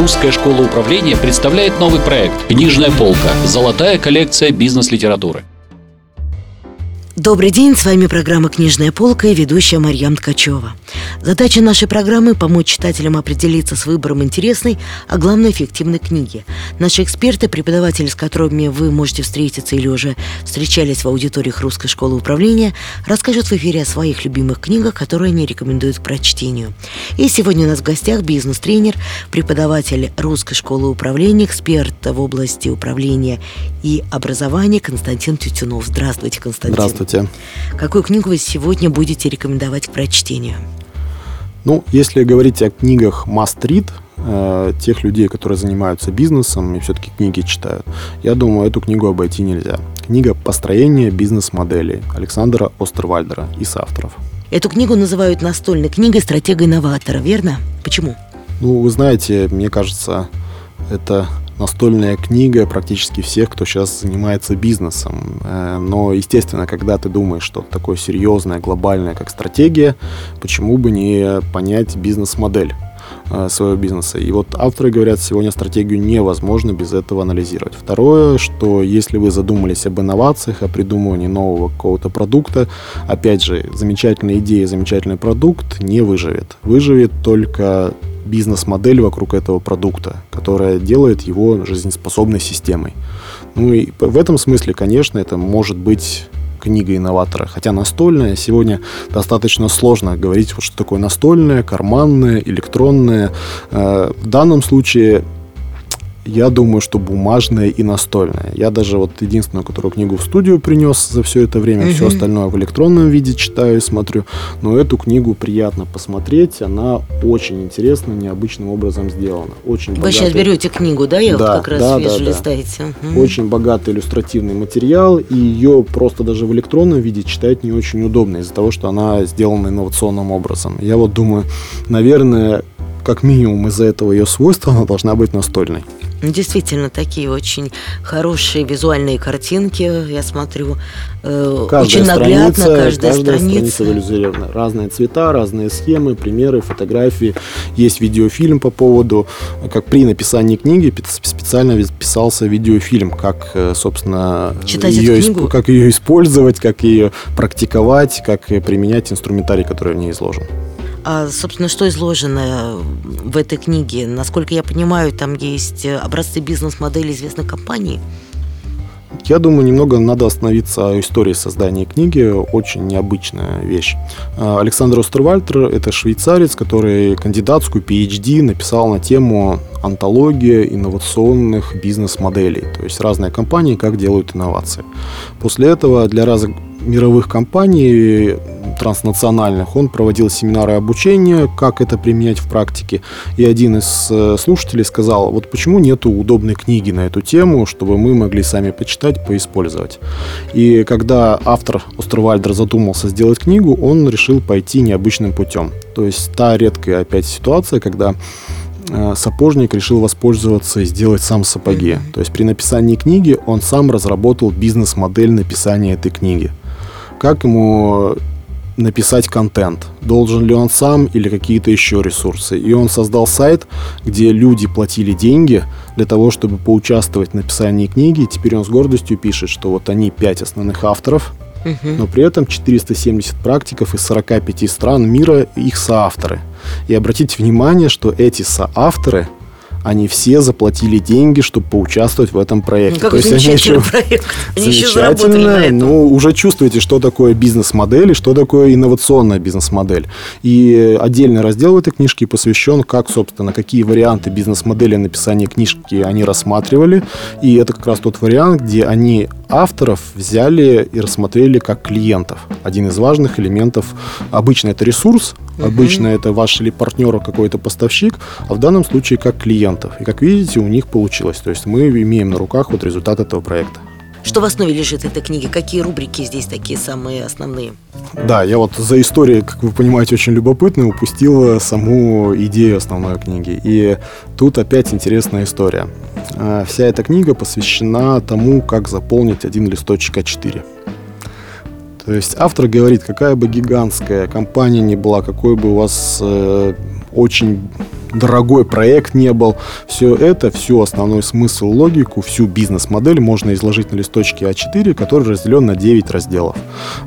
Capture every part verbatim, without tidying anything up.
Русская школа управления представляет новый проект «Книжная полка. Золотая коллекция бизнес-литературы». Добрый день, с вами программа «Книжная полка» и ведущая Марьям Ткачева. Задача нашей программы – помочь читателям определиться с выбором интересной, а главное – эффективной книги. Наши эксперты, преподаватели, с которыми вы можете встретиться или уже встречались в аудиториях Русской школы управления, расскажут в эфире о своих любимых книгах, которые они рекомендуют к прочтению. И сегодня у нас в гостях бизнес-тренер, преподаватель Русской школы управления, эксперт в области управления и образования Константин Тютюнов. Здравствуйте, Константин. Здравствуйте. Какую книгу вы сегодня будете рекомендовать к прочтению? Ну, если говорить о книгах must read, э, тех людей, которые занимаются бизнесом и все-таки книги читают, я думаю, эту книгу обойти нельзя. Книга «Построение бизнес-моделей» Александра Остервальдера и соавторов. Эту книгу называют настольной книгой стратега-инноватора, верно? Почему? Ну, вы знаете, мне кажется, это настольная книга практически всех, кто сейчас занимается бизнесом. Но, естественно, когда ты думаешь, что такое серьезное, глобальное, как стратегия, почему бы не понять бизнес-модель своего бизнеса. И вот авторы говорят, сегодня стратегию невозможно без этого анализировать. Второе, что если вы задумались об инновациях, о придумывании нового какого-то продукта, опять же, замечательная идея, замечательный продукт не выживет. Выживет только бизнес-модель вокруг этого продукта, которая делает его жизнеспособной системой. Ну и в этом смысле, конечно, это может быть книга инноватора. Хотя настольная сегодня достаточно сложно говорить, вот что такое настольная, карманная, электронная. В данном случае я думаю, что бумажная и настольная. Я даже вот единственную, которую книгу в студию принес за все это время, mm-hmm. все остальное в электронном виде читаю и смотрю. Но эту книгу приятно посмотреть. Она очень интересно, необычным образом сделана. Очень Вы богатый... сейчас берете книгу, да? Я да, вот как раз да, вижу, да, листаете. Да. Угу. Очень богатый иллюстративный материал, и ее просто даже в электронном виде читать не очень удобно из-за того, что она сделана инновационным образом. Я вот думаю, наверное, как минимум из-за этого ее свойства она должна быть настольной. Действительно, такие очень хорошие визуальные картинки, я смотрю, э, очень наглядно, каждая, каждая страница. страница иллюстрирована. Разные цвета, разные схемы, примеры, фотографии. Есть видеофильм по поводу, как при написании книги специально писался видеофильм, как, собственно, ее, исп... как ее использовать, как ее практиковать, как применять инструментарий, который в ней изложен. А, собственно, что изложено в этой книге? Насколько я понимаю, там есть образцы бизнес-модели известных компаний. Я думаю, немного надо остановиться о истории создания книги. Очень необычная вещь. Александр Остервальдер – это швейцарец, который кандидатскую пи эйч ди написал на тему «Антология инновационных бизнес-моделей». То есть разные компании, как делают инновации. После этого для разных мировых компаний транснациональных он проводил семинары обучения, как это применять в практике. И один из слушателей сказал, вот почему нету удобной книги на эту тему, чтобы мы могли сами почитать, поиспользовать. И когда автор Остервальдер задумался сделать книгу, он решил пойти необычным путем. То есть та редкая опять ситуация, когда сапожник решил воспользоваться и сделать сам сапоги. Mm-hmm. То есть при написании книги он сам разработал бизнес-модель написания этой книги. Как ему написать контент? Должен ли он сам или какие-то еще ресурсы? И он создал сайт, где люди платили деньги для того, чтобы поучаствовать в написании книги. И теперь он с гордостью пишет, что вот они пять основных авторов, uh-huh. но при этом четыреста семьдесят практиков из сорока пяти стран мира их соавторы. И обратите внимание, что эти соавторы, они все заплатили деньги, чтобы поучаствовать в этом проекте. Ну, какой замечательный проект. Они еще заработали на этом. Ну, уже чувствуете, что такое бизнес-модель и что такое инновационная бизнес-модель. И отдельный раздел в этой книжке посвящен, как, собственно, какие варианты бизнес-модели написания книжки они рассматривали. И это как раз тот вариант, где они авторов взяли и рассмотрели как клиентов. Один из важных элементов. Обычно это ресурс, uh-huh. обычно это ваш или партнер, какой-то поставщик, а в данном случае как клиентов. И как видите, у них получилось. То есть мы имеем на руках вот результат этого проекта. Что в основе лежит этой книги? Какие рубрики здесь такие самые основные? Да, я вот за историей, как вы понимаете, очень любопытно, упустил саму идею основной книги. И тут опять интересная история. Вся эта книга посвящена тому, как заполнить один листочек а четыре. То есть автор говорит, какая бы гигантская компания ни была, какой бы у вас э, очень дорогой проект не был. Все это, всю основной смысл, логику, всю бизнес-модель можно изложить на листочке а четыре, который разделен на девять разделов.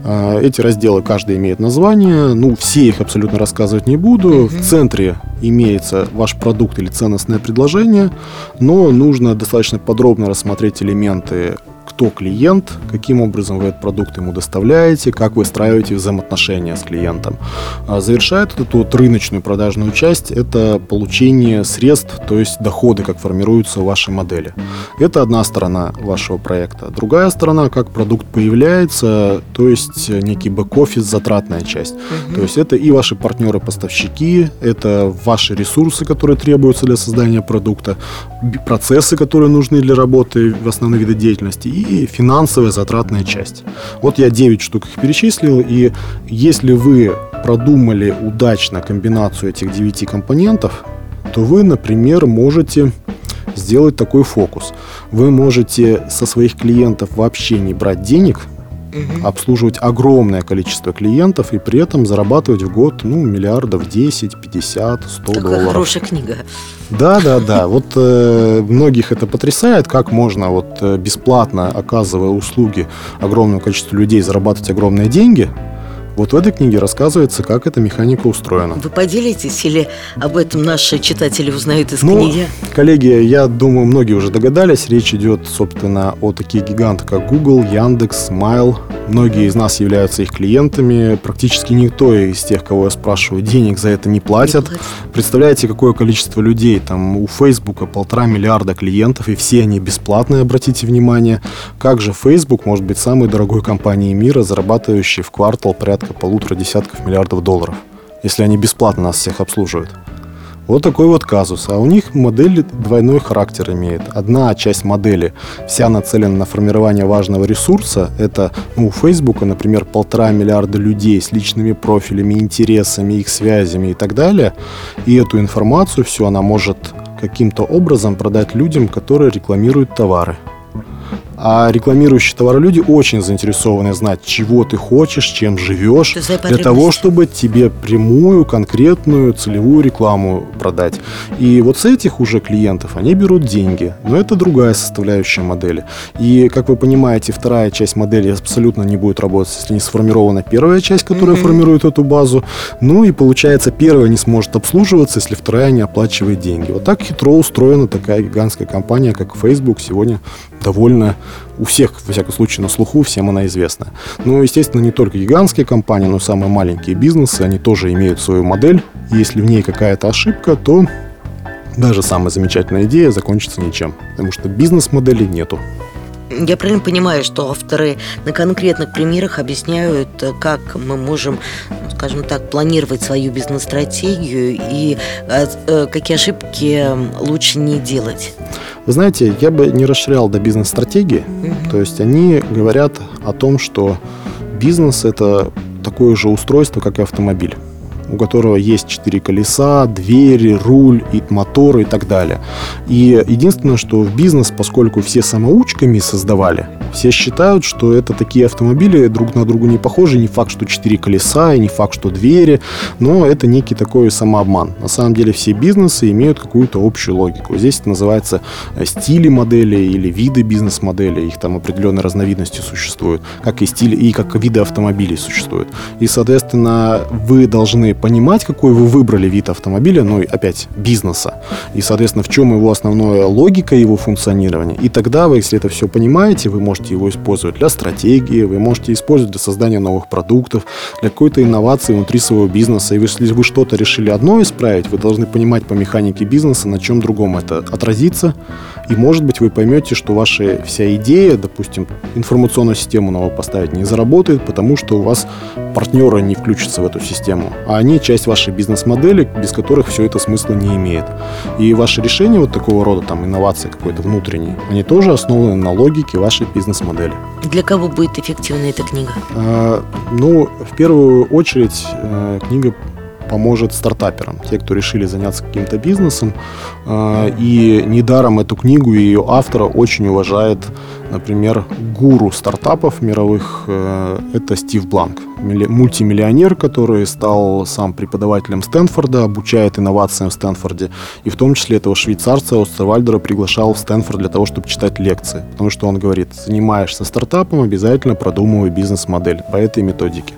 Эти разделы каждый имеет название. Ну, все их абсолютно рассказывать не буду. Mm-hmm. В центре имеется ваш продукт или ценностное предложение, но нужно достаточно подробно рассмотреть элементы: кто клиент, каким образом вы этот продукт ему доставляете, как вы выстраиваете взаимоотношения с клиентом. Завершает эту вот рыночную продажную часть — это получение средств, то есть доходы, как формируются ваши модели. Это одна сторона вашего проекта. Другая сторона — как продукт появляется, то есть некий бэк-офис, затратная часть. Угу. То есть это и ваши партнеры-поставщики, это ваши ресурсы, которые требуются для создания продукта, процессы, которые нужны для работы в основные виды деятельности, и финансовая затратная часть. Вот я девять штук их перечислил, и если вы продумали удачно комбинацию этих девяти компонентов, то вы, например, можете сделать такой фокус. Вы можете со своих клиентов вообще не брать денег, угу. обслуживать огромное количество клиентов и при этом зарабатывать в год, ну, миллиардов десять, пятьдесят, сто Такая долларов. Хорошая книга. Да, да, да. Вот э, многих это потрясает, как можно вот э, бесплатно, оказывая услуги огромному количеству людей, зарабатывать огромные деньги. Вот в этой книге рассказывается, как эта механика устроена. Вы поделитесь или об этом наши читатели узнают из ну, книги? Коллеги, я думаю, многие уже догадались. Речь идет, собственно, о таких гигантах, как Google, Яндекс, Smile. Многие из нас являются их клиентами. Практически никто из тех, кого я спрашиваю, денег за это не платят. Не платят. Представляете, какое количество людей? Там у Фейсбука полтора миллиарда клиентов, и все они бесплатные, обратите внимание. Как же Facebook может быть самой дорогой компанией мира, зарабатывающей в квартал порядка полутора десятков миллиардов долларов, если они бесплатно нас всех обслуживают? Вот такой вот казус. А у них модель двойной характер имеет. Одна часть модели вся нацелена на формирование важного ресурса. Это, ну, у Фейсбука, например, полтора миллиарда людей с личными профилями, интересами, их связями и так далее. И эту информацию всю она может каким-то образом продать людям, которые рекламируют товары. А рекламирующие товары люди очень заинтересованы знать, чего ты хочешь, чем живешь, для того, чтобы тебе прямую, конкретную, целевую рекламу продать. И вот с этих уже клиентов они берут деньги. Но это другая составляющая модели. И, как вы понимаете, вторая часть модели абсолютно не будет работать, если не сформирована первая часть, которая mm-hmm. формирует эту базу. Ну и получается, первая не сможет обслуживаться, если вторая не оплачивает деньги. Вот так хитро устроена такая гигантская компания, как Facebook, сегодня довольно у всех, во всяком случае, на слуху, всем она известна. Ну, естественно, не только гигантские компании, но и самые маленькие бизнесы, они тоже имеют свою модель. И если в ней какая-то ошибка, то даже самая замечательная идея закончится ничем, потому что бизнес-модели нету. Я правильно понимаю, что авторы на конкретных примерах объясняют, как мы можем, скажем так, планировать свою бизнес-стратегию и какие ошибки лучше не делать? Вы знаете, я бы не расширял до бизнес-стратегии. Mm-hmm. То есть они говорят о том, что бизнес – это такое же устройство, как и автомобиль, у которого есть четыре колеса, двери, руль, и мотор и так далее. И единственное, что в бизнес, поскольку все самоучками создавали, все считают, что это такие автомобили друг на друга не похожи. Не факт, что четыре колеса, и не факт, что двери, но это некий такой самообман. На самом деле все бизнесы имеют какую-то общую логику. Здесь это называется стили моделей или виды бизнес-моделей. Их там определенные разновидности существуют, как и стили, и как виды автомобилей существуют. И, соответственно, вы должны понимать, какой вы выбрали вид автомобиля, ну и опять бизнеса. И, соответственно, в чем его основная логика его функционирования. И тогда вы, если это все понимаете, вы можете его использовать для стратегии, вы можете использовать для создания новых продуктов, для какой-то инновации внутри своего бизнеса. И если вы что-то решили одно исправить, вы должны понимать по механике бизнеса, на чем другом это отразится. И, может быть, вы поймете, что ваша вся идея, допустим, информационную систему новую поставить не заработает, потому что у вас партнеры не включатся в эту систему. А они часть вашей бизнес-модели, без которых все это смысла не имеет. И ваши решения вот такого рода, там, инновации какой-то внутренней, они тоже основаны на логике вашей бизнес-модели. Для кого будет эффективна эта книга? А, ну, в первую очередь, э, книга поможет стартаперам, те, кто решили заняться каким-то бизнесом. И недаром эту книгу и ее автора очень уважает, например, гуру стартапов мировых, это Стив Бланк. мультимиллионер, который стал сам преподавателем Стэнфорда, обучает инновациям в Стэнфорде. И в том числе этого швейцарца Остервальдера приглашал в Стэнфорд для того, чтобы читать лекции. Потому что он говорит, занимаешься стартапом, обязательно продумывай бизнес-модель по этой методике.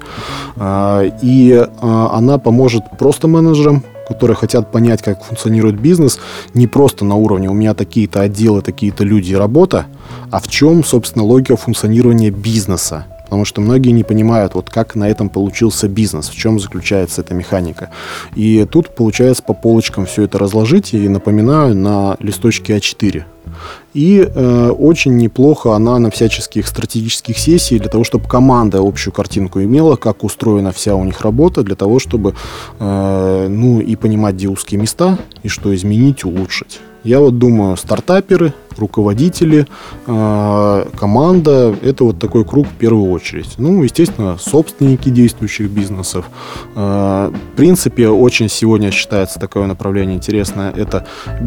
И она поможет просто менеджерам, которые хотят понять, как функционирует бизнес, не просто на уровне «у меня такие-то отделы, такие-то люди и работа», а в чем, собственно, логика функционирования бизнеса. Потому что многие не понимают, вот как на этом получился бизнес, в чем заключается эта механика. И тут получается по полочкам все это разложить, и напоминаю, на листочке а четыре. И э, очень неплохо она на всяческих стратегических сессиях, для того, чтобы команда общую картинку имела, как устроена вся у них работа, для того, чтобы э, ну, и понимать, где узкие места, и что изменить, улучшить. Я вот думаю, стартаперы, руководители, э, команда – это вот такой круг в первую очередь. Ну, естественно, собственники действующих бизнесов. Э, в принципе, очень сегодня считается такое направление интересное. Это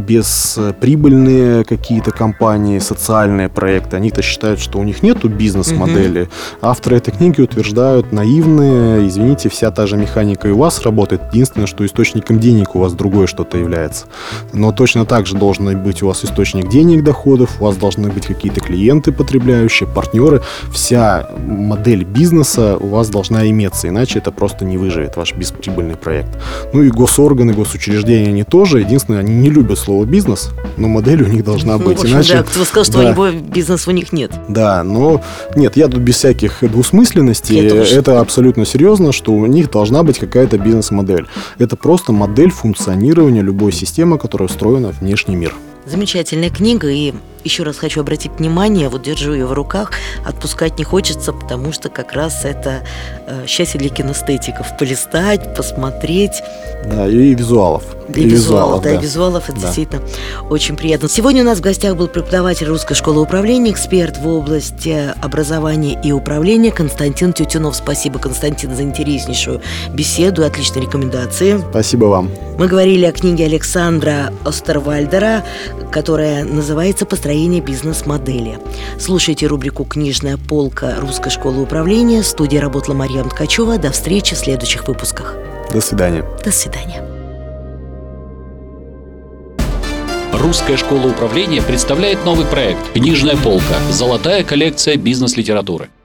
бесприбыльные какие-то компании, социальные проекты. Они-то считают, что у них нету бизнес-модели. Mm-hmm. Авторы этой книги утверждают, наивные, извините, вся та же механика и у вас работает. Единственное, что источником денег у вас другое что-то является. Но точно так же должен быть у вас источник денег, доходов, у вас должны быть какие-то клиенты, потребляющие, партнеры. Вся модель бизнеса у вас должна иметься, иначе это просто не выживет, ваш бесприбыльный проект. Ну и госорганы, госучреждения, они тоже. Единственное, они не любят слово «бизнес», но модель у них должна быть. Ну, в общем, иначе... да, кто сказал, что да. у него бизнеса у них нет. Да, но нет, я тут без всяких двусмысленностей. Это абсолютно серьезно, что у них должна быть какая-то бизнес-модель. Это просто модель функционирования любой системы, которая встроена в внешний мир. Замечательная книга, и еще раз хочу обратить внимание, вот держу ее в руках, отпускать не хочется, потому что как раз это э, счастье для кинестетиков. Полистать, посмотреть. Да, и визуалов. И, и визуалов, да, и визуалов, это да. действительно очень приятно. Сегодня у нас в гостях был преподаватель Русской школы управления, эксперт в области образования и управления Константин Тютюнов. Спасибо, Константин, за интереснейшую беседу, отличные рекомендации. Спасибо вам. Мы говорили о книге Александра Остервальдера, которая называется «Построение бизнес-модели». Слушайте рубрику «Книжная полка Русской школы управления». В студии работала Марьям Ткачева. До встречи в следующих выпусках. До свидания. До свидания. Русская школа управления представляет новый проект «Книжная полка. Золотая коллекция бизнес-литературы».